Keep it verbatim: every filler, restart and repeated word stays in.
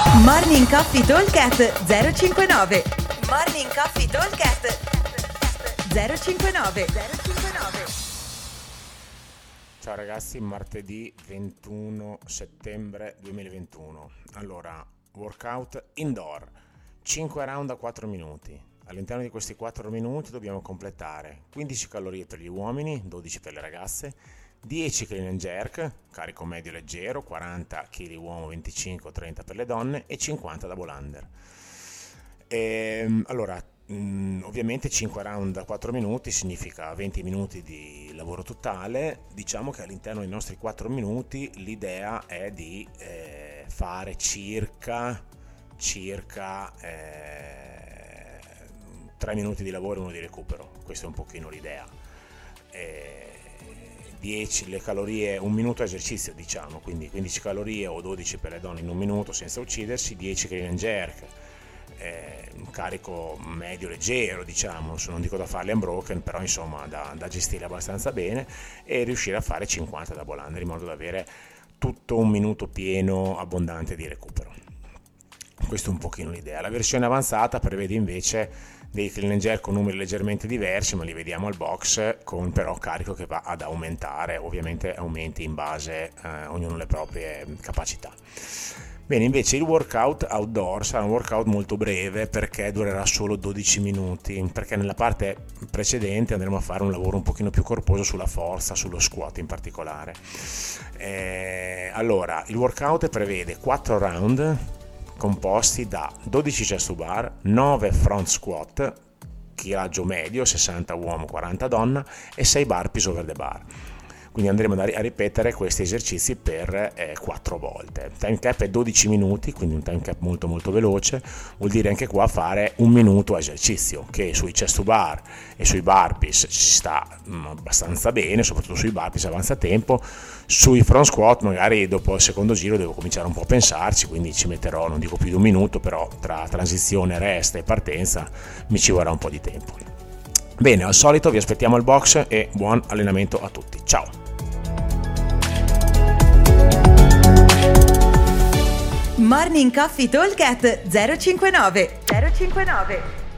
Morning Coffee Talkcast zero cinquantanove. Morning Coffee Talkcast zero cinquantanove. Ciao ragazzi, martedì ventuno settembre duemilaventuno. Allora, workout indoor, cinque round a quattro minuti. All'interno di questi quattro minuti dobbiamo completare quindici calorie per gli uomini, dodici per le ragazze, dieci clean and jerk, carico medio leggero, quaranta chili uomo, venticinque trenta per le donne e cinquanta double under. E, allora, mh, ovviamente cinque round a quattro minuti significa venti minuti di lavoro totale. Diciamo che all'interno dei nostri quattro minuti l'idea è di eh, fare circa, circa eh, tre minuti di lavoro e uno di recupero. Questa è un pochino l'idea. E, dieci le calorie, un minuto esercizio diciamo, quindi quindici calorie o dodici per le donne in un minuto senza uccidersi, dieci clean and jerk, eh, un carico medio leggero diciamo, non dico da farli unbroken, però insomma da, da gestire abbastanza bene, e riuscire a fare cinquanta double under in modo da avere tutto un minuto pieno abbondante di recupero. Questa è un pochino l'idea. La versione avanzata prevede invece dei clean and jerk con numeri leggermente diversi, ma li vediamo al box, con però carico che va ad aumentare, ovviamente aumenti in base eh, ognuno alle proprie capacità. Bene, invece il workout outdoor sarà un workout molto breve perché durerà solo dodici minuti, perché nella parte precedente andremo a fare un lavoro un pochino più corposo sulla forza, sullo squat in particolare. Eh, allora, il workout prevede quattro round composti da dodici chest to bar, nove front squat, tiraggio medio, sessanta uomo, quaranta donna, e sei burpees over the bar. Quindi andremo a ripetere questi esercizi per eh, quattro volte. Time cap è dodici minuti, quindi un time cap molto molto veloce. Vuol dire anche qua fare un minuto a esercizio, che sui chest to bar e sui burpees ci sta mh, abbastanza bene, soprattutto sui burpees avanza tempo. Sui front squat magari dopo il secondo giro devo cominciare un po' a pensarci, quindi ci metterò, non dico più di un minuto, però tra transizione, rest e partenza mi ci vorrà un po' di tempo. Bene, al solito vi aspettiamo al box e buon allenamento a tutti. Ciao! Morning Coffee Talkcast zero cinquantanove.